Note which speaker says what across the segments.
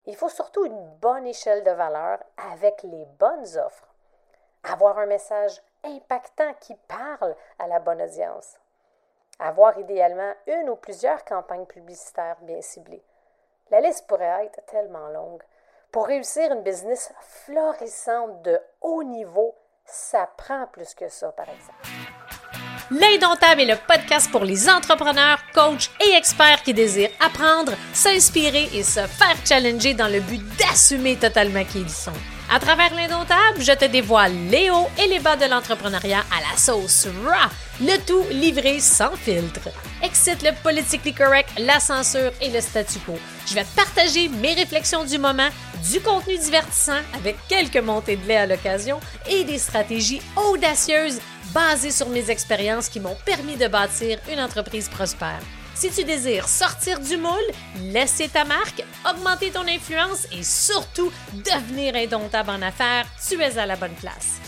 Speaker 1: Il faut surtout une bonne échelle de valeur avec les bonnes offres. Avoir un message impactant qui parle à la bonne audience. Avoir idéalement une ou plusieurs campagnes publicitaires bien ciblées. La liste pourrait être tellement longue. Pour réussir une business florissante de haut niveau, ça prend plus que ça, par exemple.
Speaker 2: L'Indomptable est le podcast pour les entrepreneurs, coachs et experts qui désirent apprendre, s'inspirer et se faire challenger dans le but d'assumer totalement qui ils sont. À travers l'Indomptable, je te dévoile les hauts et les bas de l'entrepreneuriat à la sauce raw, le tout livré sans filtre. Excite le politically correct, la censure et le statu quo. Je vais te partager mes réflexions du moment, du contenu divertissant avec quelques montées de lait à l'occasion et des stratégies audacieuses basées sur mes expériences qui m'ont permis de bâtir une entreprise prospère. Si tu désires sortir du moule, laisser ta marque, augmenter ton influence et surtout devenir indomptable en affaires, tu es à la bonne place.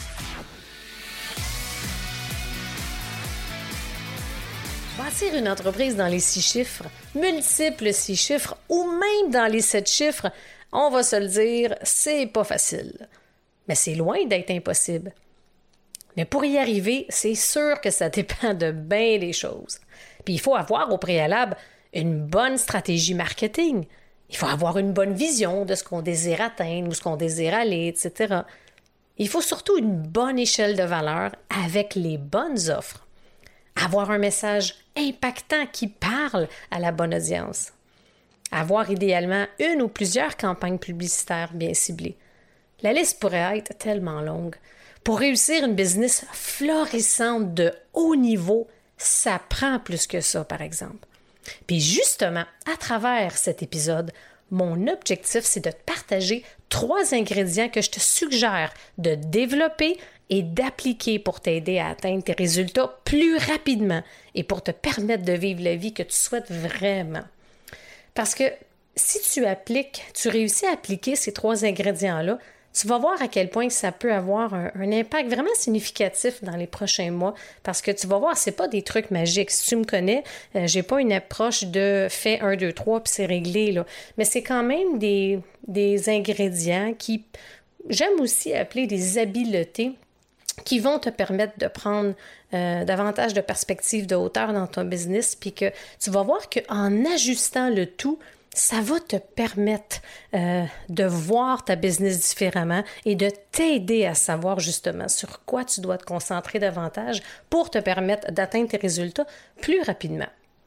Speaker 2: Bâtir une entreprise dans les 6 chiffres, multiples 6 chiffres ou même dans les 7 chiffres, on va se le dire, c'est pas facile. Mais c'est loin d'être impossible. Mais pour y arriver, c'est sûr que ça dépend de bien des choses. Puis il faut avoir au préalable une bonne stratégie marketing. Il faut avoir une bonne vision de ce qu'on désire atteindre, où ce qu'on désire aller, etc. Il faut surtout une bonne échelle de valeur avec les bonnes offres. Avoir un message impactant qui parle à la bonne audience. Avoir idéalement une ou plusieurs campagnes publicitaires bien ciblées. La liste pourrait être tellement longue. Pour réussir une business florissante de haut niveau, ça prend plus que ça, par exemple. Puis justement, à travers cet épisode, mon objectif, c'est de te partager 3 ingrédients que je te suggère de développer et d'appliquer pour t'aider à atteindre tes résultats plus rapidement et pour te permettre de vivre la vie que tu souhaites vraiment. Parce que si tu réussis à appliquer ces 3 ingrédients-là, tu vas voir à quel point ça peut avoir un impact vraiment significatif dans les prochains mois parce que tu vas voir, c'est pas des trucs magiques. Si tu me connais, j'ai pas une approche de fais 1, 2, 3 puis c'est réglé, là. Mais c'est quand même des ingrédients qui, j'aime aussi appeler des habiletés qui vont te permettre de prendre davantage de perspective de hauteur dans ton business puis que tu vas voir qu'en ajustant le tout, ça va te permettre de voir ta business différemment et de t'aider à savoir justement sur quoi tu dois te concentrer davantage pour te permettre d'atteindre tes résultats plus rapidement.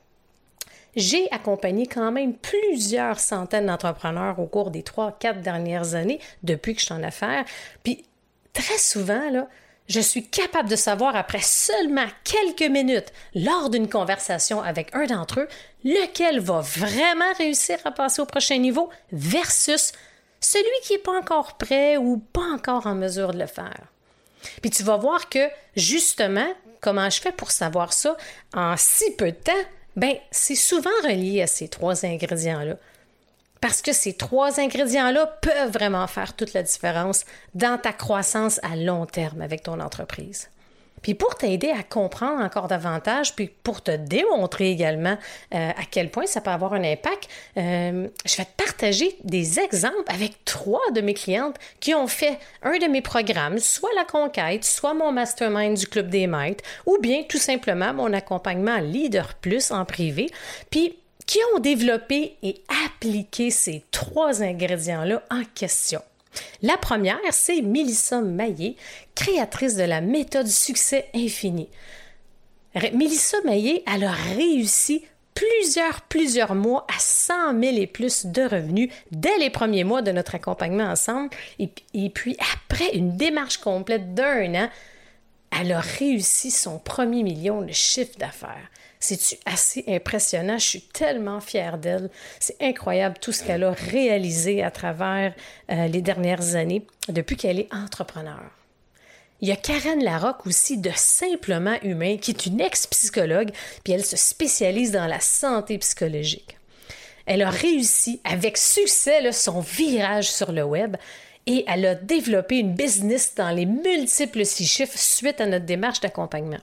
Speaker 2: J'ai accompagné quand même plusieurs centaines d'entrepreneurs au cours des 3-4 dernières années depuis que je suis en affaires. Puis très souvent, là, je suis capable de savoir après seulement quelques minutes lors d'une conversation avec un d'entre eux lequel va vraiment réussir à passer au prochain niveau versus celui qui n'est pas encore prêt ou pas encore en mesure de le faire. Puis tu vas voir que justement, comment je fais pour savoir ça en si peu de temps, c'est souvent relié à ces 3 ingrédients-là. Parce que ces 3 ingrédients-là peuvent vraiment faire toute la différence dans ta croissance à long terme avec ton entreprise. Puis pour t'aider à comprendre encore davantage, puis pour te démontrer également à quel point ça peut avoir un impact, je vais te partager des exemples avec 3 de mes clientes qui ont fait un de mes programmes, soit la conquête, soit mon mastermind du Club des maîtres, ou bien tout simplement mon accompagnement Leader Plus en privé, puis qui ont développé et appliqué ces 3 ingrédients-là en question. La première, c'est Mélissa Maillé, créatrice de la méthode succès infini. Mélissa Maillé, elle a réussi plusieurs mois à 100 000 et plus de revenus dès les premiers mois de notre accompagnement ensemble. Et puis, après une démarche complète d'1 an, elle a réussi son premier million de chiffre d'affaires. C'est-tu assez impressionnant? Je suis tellement fière d'elle. C'est incroyable tout ce qu'elle a réalisé à travers les dernières années depuis qu'elle est entrepreneur. Il y a Karen Larocque aussi de Simplement Humain, qui est une ex-psychologue, puis elle se spécialise dans la santé psychologique. Elle a réussi avec succès là, son virage sur le web et elle a développé une business dans les multiples 6 chiffres suite à notre démarche d'accompagnement.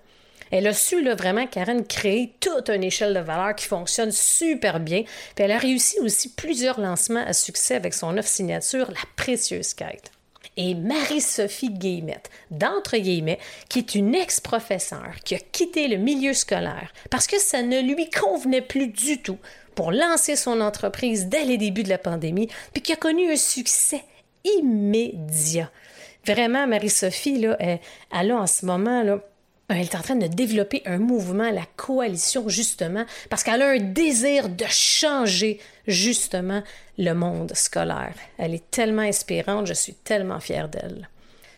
Speaker 2: Elle a su là, vraiment, Karen, créer toute une échelle de valeur qui fonctionne super bien. Puis elle a réussi aussi plusieurs lancements à succès avec son offre signature, la précieuse quête. Et Marie-Sophie Guillemette, d'entre guillemets, qui est une ex-professeure qui a quitté le milieu scolaire parce que ça ne lui convenait plus du tout pour lancer son entreprise dès les débuts de la pandémie, puis qui a connu un succès immédiat. Vraiment, Marie-Sophie, là, elle a en ce moment, là, elle est en train de développer un mouvement, la coalition, justement, parce qu'elle a un désir de changer, justement, le monde scolaire. Elle est tellement inspirante, je suis tellement fière d'elle.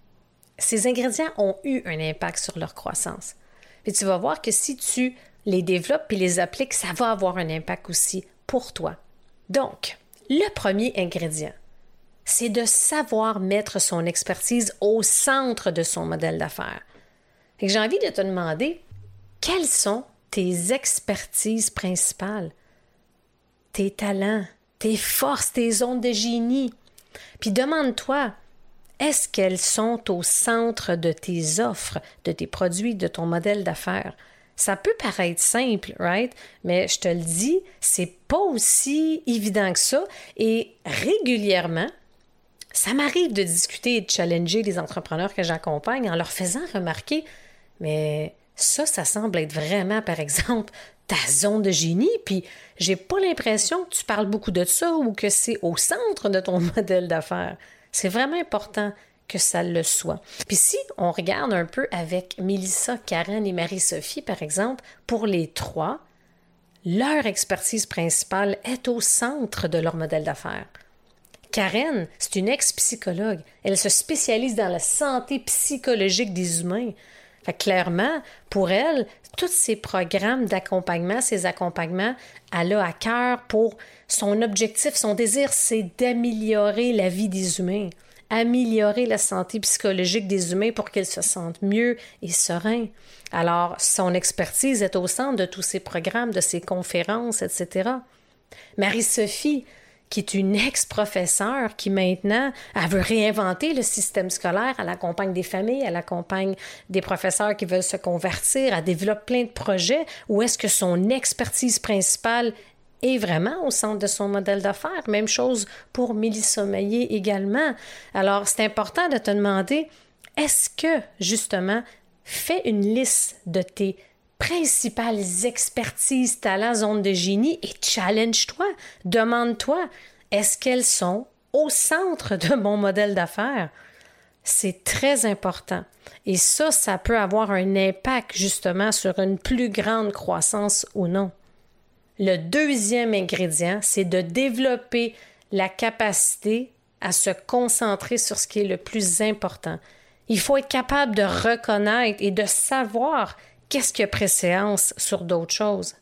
Speaker 2: Ces ingrédients ont eu un impact sur leur croissance. Et tu vas voir que si tu les développes et les appliques, ça va avoir un impact aussi pour toi. Donc, le premier ingrédient, c'est de savoir mettre son expertise au centre de son modèle d'affaires. Et j'ai envie de te demander, quelles sont tes expertises principales? Tes talents, tes forces, tes zones de génie. Puis demande-toi, est-ce qu'elles sont au centre de tes offres, de tes produits, de ton modèle d'affaires? Ça peut paraître simple, right? Mais je te le dis, c'est pas aussi évident que ça. Et régulièrement, ça m'arrive de discuter et de challenger les entrepreneurs que j'accompagne en leur faisant remarquer, mais ça semble être vraiment, par exemple, ta zone de génie, puis j'ai pas l'impression que tu parles beaucoup de ça ou que c'est au centre de ton modèle d'affaires. C'est vraiment important que ça le soit. Puis si on regarde un peu avec Mélissa, Karen et Marie-Sophie, par exemple, pour les trois, leur expertise principale est au centre de leur modèle d'affaires. Karen, c'est une ex-psychologue. Elle se spécialise dans la santé psychologique des humains. Fait que clairement, pour elle, tous ces programmes d'accompagnement, ces accompagnements, elle a à cœur pour son objectif, son désir, c'est d'améliorer la vie des humains, améliorer la santé psychologique des humains pour qu'ils se sentent mieux et sereins. Alors, son expertise est au centre de tous ces programmes, de ces conférences, etc. Marie-Sophie, qui est une ex-professeure qui maintenant, elle veut réinventer le système scolaire, elle accompagne des familles, elle accompagne des professeurs qui veulent se convertir, elle développe plein de projets où est-ce que son expertise principale est vraiment au centre de son modèle d'affaires. Même chose pour Mélissa Maillé également. Alors, c'est important de te demander, est-ce que, justement, fais une liste de tes principales expertises, talents, zones de génie et challenge-toi, demande-toi, est-ce qu'elles sont au centre de mon modèle d'affaires? C'est très important. Et ça peut avoir un impact justement sur une plus grande croissance ou non. Le deuxième ingrédient, c'est de développer la capacité à se concentrer sur ce qui est le plus important. Il faut être capable de reconnaître et de savoir qu'est-ce qui a préséance sur d'autres choses?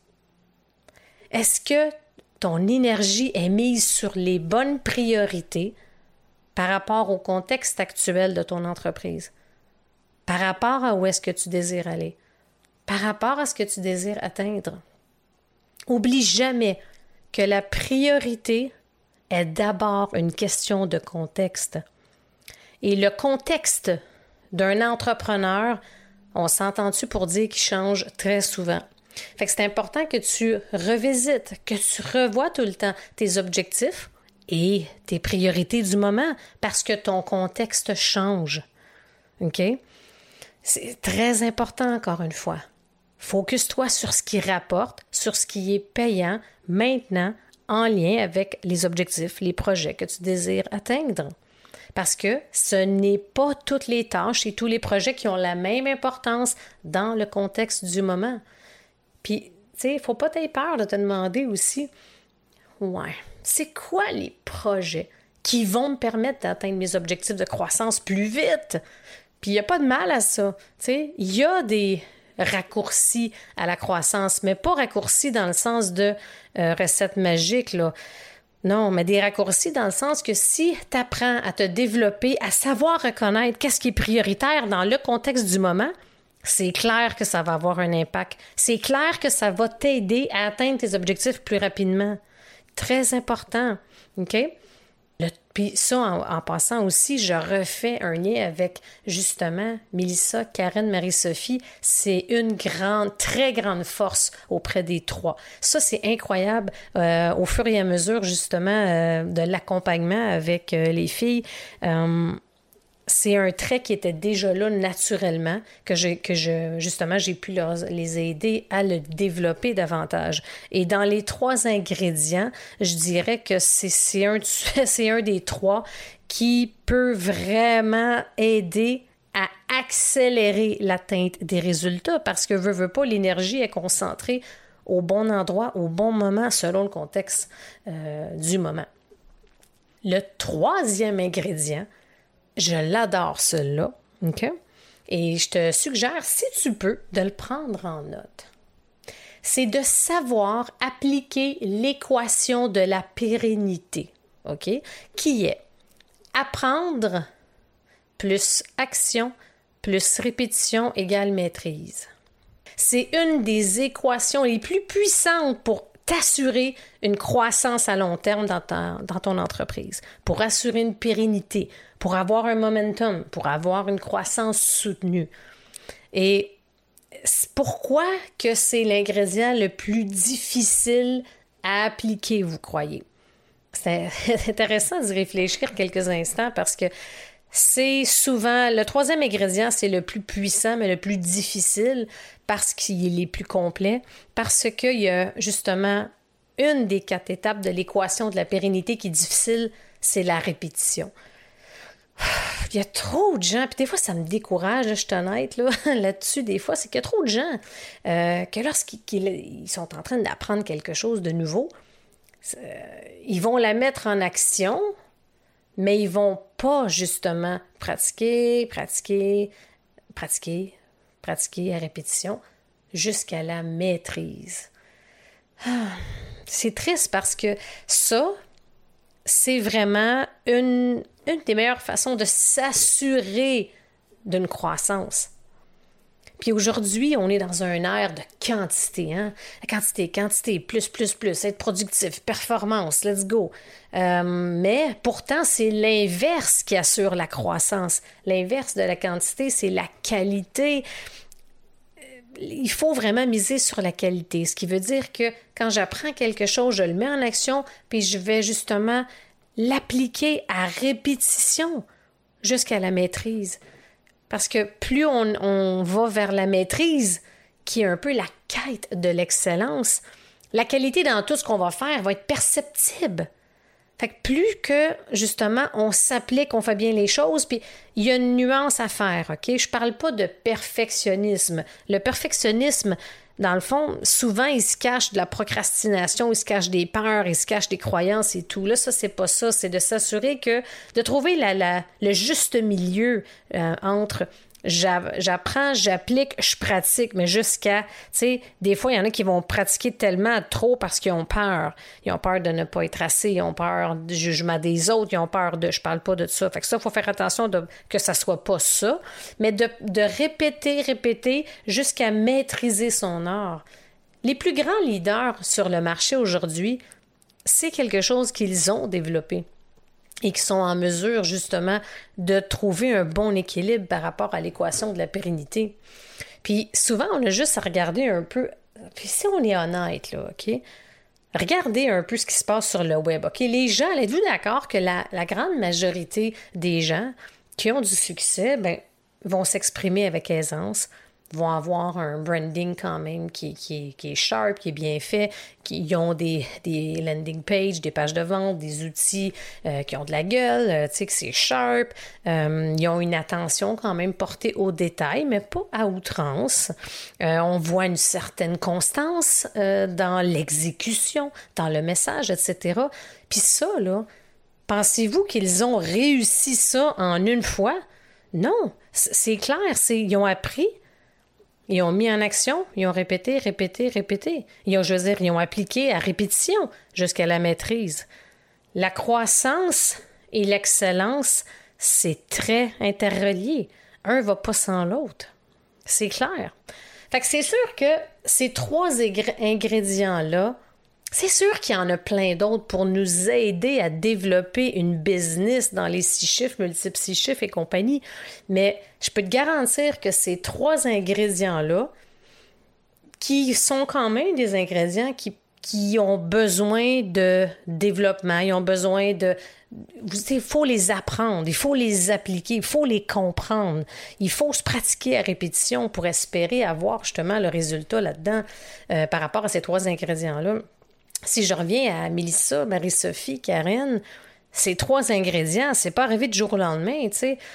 Speaker 2: Est-ce que ton énergie est mise sur les bonnes priorités par rapport au contexte actuel de ton entreprise? Par rapport à où est-ce que tu désires aller? Par rapport à ce que tu désires atteindre? Oublie jamais que la priorité est d'abord une question de contexte. Et le contexte d'un entrepreneur, on s'entend-tu pour dire qu'il change très souvent. Fait que c'est important que tu revisites, que tu revoies tout le temps tes objectifs et tes priorités du moment parce que ton contexte change. OK? C'est très important, encore une fois. Focus-toi sur ce qui rapporte, sur ce qui est payant maintenant en lien avec les objectifs, les projets que tu désires atteindre. Parce que ce n'est pas toutes les tâches et tous les projets qui ont la même importance dans le contexte du moment. Puis, tu sais, il ne faut pas t'avoir peur de te demander aussi, c'est quoi les projets qui vont me permettre d'atteindre mes objectifs de croissance plus vite? Puis, il n'y a pas de mal à ça. Tu sais, il y a des raccourcis à la croissance, mais pas raccourcis dans le sens de recette magique, là. Non, mais des raccourcis dans le sens que si tu apprends à te développer, à savoir reconnaître qu'est-ce qui est prioritaire dans le contexte du moment, c'est clair que ça va avoir un impact. C'est clair que ça va t'aider à atteindre tes objectifs plus rapidement. Très important, OK? Puis ça, en passant aussi, je refais un lien avec, justement, Mélissa, Karen, Marie-Sophie. C'est une très grande force auprès des 3. Ça, c'est incroyable. Au fur et à mesure, justement, de l'accompagnement avec les filles, c'est un trait qui était déjà là naturellement, justement, j'ai pu les aider à le développer davantage. Et dans les 3 ingrédients, je dirais que c'est un des 3 qui peut vraiment aider à accélérer l'atteinte des résultats parce que, veut pas, l'énergie est concentrée au bon endroit, au bon moment, selon le contexte du moment. Le 3e ingrédient, je l'adore, celui-là, OK? Et je te suggère, si tu peux, de le prendre en note. C'est de savoir appliquer l'équation de la pérennité, OK? Qui est apprendre plus action plus répétition égale maîtrise. C'est une des équations les plus puissantes pour t'assurer une croissance à long terme dans ton entreprise, pour assurer une pérennité, pour avoir un momentum, pour avoir une croissance soutenue. Et pourquoi que c'est l'ingrédient le plus difficile à appliquer, vous croyez? C'est intéressant d'y réfléchir quelques instants parce que c'est souvent, le 3e ingrédient, c'est le plus puissant, mais le plus difficile parce qu'il est plus complet, parce qu'il y a justement une des 4 étapes de l'équation de la pérennité qui est difficile, c'est la répétition. Il y a trop de gens, puis des fois ça me décourage, je suis honnête là-dessus, des fois, c'est qu'il y a trop de gens que lorsqu'ils sont en train d'apprendre quelque chose de nouveau, ils vont la mettre en action, mais ils vont pas justement pratiquer à répétition jusqu'à la maîtrise. C'est triste parce que ça, c'est vraiment une des meilleures façons de s'assurer d'une croissance. Puis aujourd'hui, on est dans un ère de quantité, hein? Quantité, plus, être productif, performance, let's go. Mais pourtant, c'est l'inverse qui assure la croissance. L'inverse de la quantité, c'est la qualité. Il faut vraiment miser sur la qualité, ce qui veut dire que quand j'apprends quelque chose, je le mets en action, puis je vais justement l'appliquer à répétition jusqu'à la maîtrise. Parce que plus on va vers la maîtrise, qui est un peu la quête de l'excellence, la qualité dans tout ce qu'on va faire va être perceptible. Fait que plus que, justement, on s'applique, on fait bien les choses, puis il y a une nuance à faire, OK? Je parle pas de perfectionnisme. Le perfectionnisme, dans le fond, souvent, il se cache de la procrastination, il se cache des peurs, il se cache des croyances et tout. Là, ça, c'est pas ça. C'est de s'assurer de trouver le juste milieu entre j'apprends, j'applique, je pratique, mais jusqu'à, tu sais, des fois, il y en a qui vont pratiquer tellement trop parce qu'ils ont peur. Ils ont peur de ne pas être assez, ils ont peur du jugement des autres, ils ont peur je parle pas de ça. Fait que ça, il faut faire attention que ça soit pas ça, mais de répéter jusqu'à maîtriser son art. Les plus grands leaders sur le marché aujourd'hui, c'est quelque chose qu'ils ont développé et qui sont en mesure, justement, de trouver un bon équilibre par rapport à l'équation de la pérennité. Puis souvent, on a juste à regarder un peu, puis si on est honnête, là, OK? Regardez un peu ce qui se passe sur le web, OK? Les gens, êtes-vous d'accord que la grande majorité des gens qui ont du succès, vont s'exprimer avec aisance, vont avoir un branding quand même qui est sharp, qui est bien fait, qui ont des landing pages, des pages de vente, des outils qui ont de la gueule, tu sais, que c'est sharp. Ils ont une attention quand même portée aux détails, mais pas à outrance. On voit une certaine constance dans l'exécution, dans le message, etc. Puis ça, là, pensez-vous qu'ils ont réussi ça en une fois? Non, c'est clair, ils ont appris. Ils ont mis en action, ils ont répété. Ils ont appliqué à répétition jusqu'à la maîtrise. La croissance et l'excellence, c'est très interrelié. Un ne va pas sans l'autre. C'est clair. Fait que c'est sûr que ces 3 ingrédients-là C'est sûr qu'il y en a plein d'autres pour nous aider à développer une business dans les 6 chiffres, multiples 6 chiffres et compagnie, mais je peux te garantir que ces 3 ingrédients-là, qui sont quand même des ingrédients qui ont besoin de développement, ils ont besoin de... Il faut les apprendre, il faut les appliquer, il faut les comprendre. Il faut se pratiquer à répétition pour espérer avoir justement le résultat là-dedans par rapport à ces 3 ingrédients-là. Si je reviens à Mélissa, Marie-Sophie, Karen, ces 3 ingrédients, c'est pas arrivé du jour au lendemain, tu sais.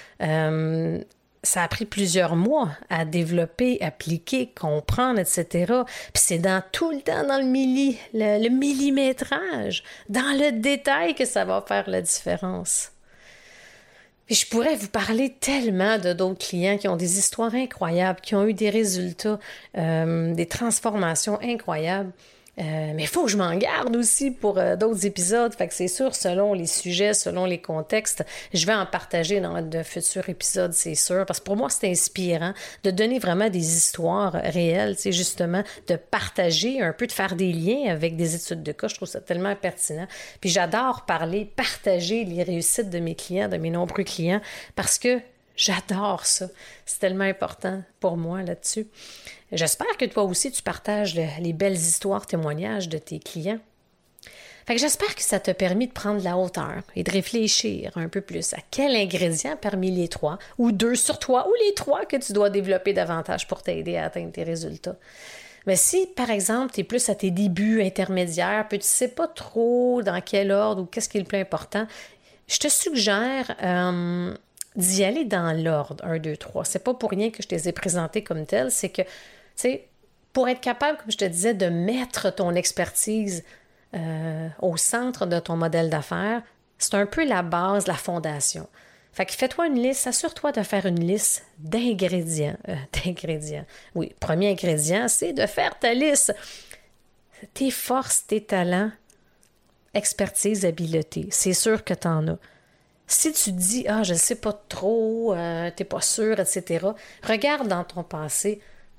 Speaker 2: Ça a pris plusieurs mois à développer, appliquer, comprendre, etc. Puis c'est dans tout le temps, dans le millimétrage, dans le détail que ça va faire la différence. Puis je pourrais vous parler tellement de d'autres clients qui ont des histoires incroyables, qui ont eu des résultats, des transformations incroyables. Mais il faut que je m'en garde aussi pour d'autres épisodes. Fait que c'est sûr, selon les sujets, selon les contextes, je vais en partager dans de futurs épisodes, c'est sûr. Parce que pour moi, c'est inspirant de donner vraiment des histoires réelles, tu sais, justement, de partager un peu, de faire des liens avec des études de cas. Je trouve ça tellement pertinent. Puis j'adore partager les réussites de mes clients, de mes nombreux clients, parce que j'adore ça. C'est tellement important pour moi là-dessus. J'espère que toi aussi, tu partages les belles histoires, témoignages de tes clients. Fait que j'espère que ça t'a permis de prendre la hauteur et de réfléchir un peu plus à quel ingrédient parmi les 3, ou 2 sur toi, ou les 3 que tu dois développer davantage pour t'aider à atteindre tes résultats. Mais si, par exemple, tu es plus à tes débuts intermédiaires, puis tu ne sais pas trop dans quel ordre ou qu'est-ce qui est le plus important, je te suggère d'y aller dans l'ordre 1, 2, 3. C'est pas pour rien que je te les ai présentés comme tels, c'est que, tu sais, pour être capable, comme je te disais, de mettre ton expertise au centre de ton modèle d'affaires, c'est un peu la base, la fondation. Fait que fais-toi une liste, assure-toi de faire une liste d'ingrédients. Oui, premier ingrédient, c'est de faire ta liste. Tes forces, tes talents, expertise, habileté. C'est sûr que tu en as. Si tu te dis « Ah, je ne sais pas trop, t'es pas sûr, etc. », regarde dans ton passé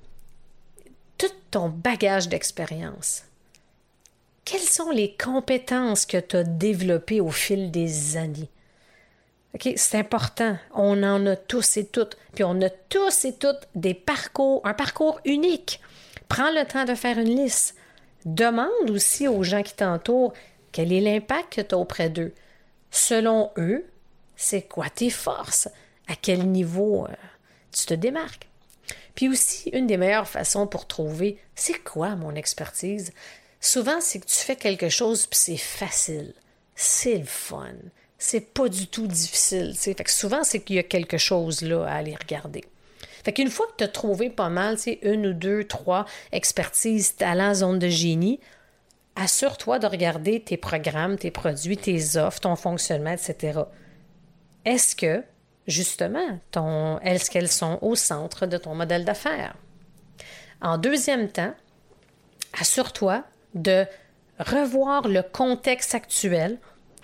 Speaker 2: tout ton bagage d'expérience. Quelles sont les compétences que tu as développées au fil des années? OK, c'est important. On en a tous et toutes. Puis on a tous et toutes un parcours unique. Prends le temps de faire une liste. Demande aussi aux gens qui t'entourent quel est l'impact que tu as auprès d'eux. Selon eux, c'est quoi tes forces? À quel niveau tu te démarques? Puis aussi, une des meilleures façons pour trouver, c'est quoi mon expertise? Souvent, c'est que tu fais quelque chose puis c'est facile. C'est le fun. C'est pas du tout difficile. T'sais. Fait que souvent, c'est qu'il y a quelque chose là à aller regarder. Fait qu'une fois que tu as trouvé pas mal, 1 ou 2, 3 expertises, talents, zones de génie, assure-toi de regarder tes programmes, tes produits, tes offres, ton fonctionnement, etc. Est-ce que, justement, est-ce qu'elles sont au centre de ton modèle d'affaires? En deuxième temps, assure-toi de revoir le contexte actuel.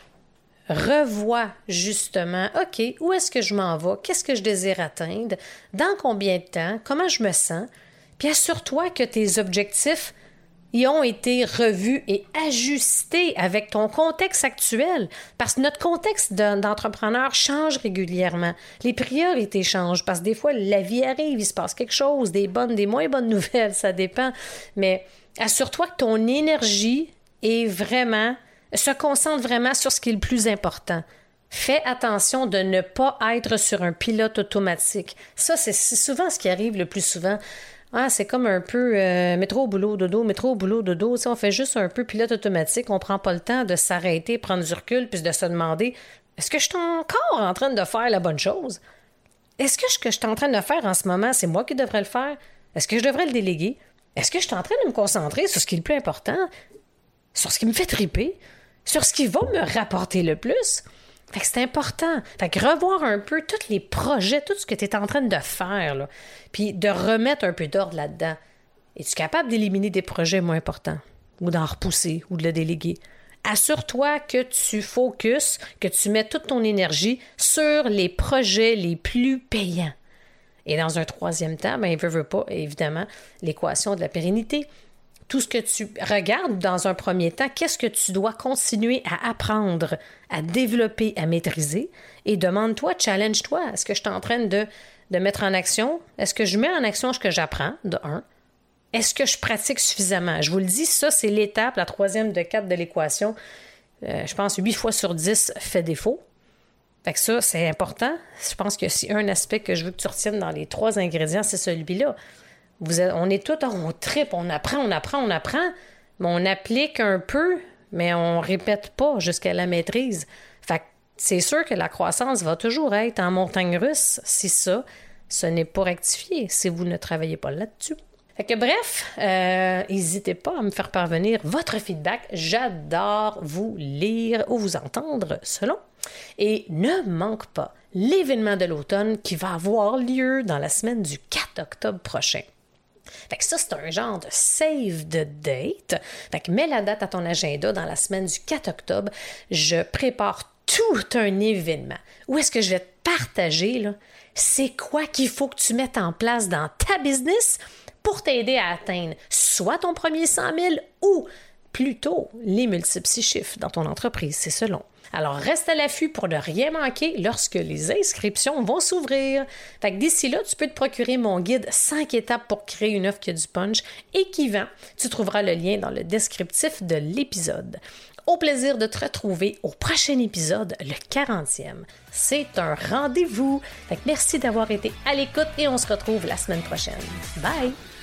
Speaker 2: Revois justement, OK, où est-ce que je m'en vais? Qu'est-ce que je désire atteindre? Dans combien de temps? Comment je me sens? Puis assure-toi que tes objectifs y ont été revus et ajustés avec ton contexte actuel. Parce que notre contexte d'entrepreneur change régulièrement. Les priorités changent parce que des fois, la vie arrive, il se passe quelque chose, des bonnes, des moins bonnes nouvelles, ça dépend. Mais assure-toi que ton énergie se concentre vraiment sur ce qui est le plus important. Fais attention de ne pas être sur un pilote automatique. Ça, c'est souvent ce qui arrive le plus souvent. Ah, c'est comme un peu métro, boulot, dodo, métro, boulot, dodo. Tu sais, on fait juste un peu pilote automatique. On prend pas le temps de s'arrêter, prendre du recul, puis de se demander, est-ce que je suis encore en train de faire la bonne chose? Est-ce que ce que je suis en train de faire en ce moment, c'est moi qui devrais le faire? Est-ce que je devrais le déléguer? Est-ce que je suis en train de me concentrer sur ce qui est le plus important? Sur ce qui me fait triper? Sur ce qui va me rapporter le plus? Fait que c'est important. Fait que revoir un peu tous les projets, tout ce que tu es en train de faire, là, puis de remettre un peu d'ordre là-dedans. Es-tu capable d'éliminer des projets moins importants? Ou d'en repousser, ou de le déléguer? Assure-toi que tu focuses, que tu mets toute ton énergie sur les projets les plus payants. Et dans un troisième temps, veut pas, évidemment, l'équation de la pérennité. tout ce que tu regardes dans un premier temps, qu'est-ce que tu dois continuer à apprendre, à développer, à maîtriser, et demande-toi, challenge-toi, est-ce que je suis en train de mettre en action? Est-ce que je mets en action ce que j'apprends, de un? Est-ce que je pratique suffisamment? Je vous le dis, ça, c'est l'étape, la 3e de 4 de l'équation. Je pense 8 fois sur 10 fait défaut. Fait que ça, c'est important. Je pense que c'est un aspect que je veux que tu retiennes dans les 3 ingrédients, c'est celui-là. On est tous, on tripe, on apprend, mais on applique un peu, mais on répète pas jusqu'à la maîtrise. Fait que c'est sûr que la croissance va toujours être en montagne russe si ça, ce n'est pas rectifié, si vous ne travaillez pas là-dessus. Fait que bref, n'hésitez pas à me faire parvenir votre feedback. J'adore vous lire ou vous entendre selon. Et ne manque pas l'événement de l'automne qui va avoir lieu dans la semaine du 4 octobre prochain. Fait que ça, c'est un genre de save the date. Fait que mets la date à ton agenda dans la semaine du 4 octobre. Je prépare tout un événement. Où est-ce que je vais te partager, là, c'est quoi qu'il faut que tu mettes en place dans ta business pour t'aider à atteindre soit ton premier 100 000 ou plutôt les multiples 6 chiffres dans ton entreprise, c'est selon. Alors, reste à l'affût pour ne rien manquer lorsque les inscriptions vont s'ouvrir. Fait que d'ici là, tu peux te procurer mon guide 5 étapes pour créer une offre qui a du punch et qui vend. Tu trouveras le lien dans le descriptif de l'épisode. Au plaisir de te retrouver au prochain épisode, le 40e. C'est un rendez-vous. Fait que merci d'avoir été à l'écoute et on se retrouve la semaine prochaine. Bye!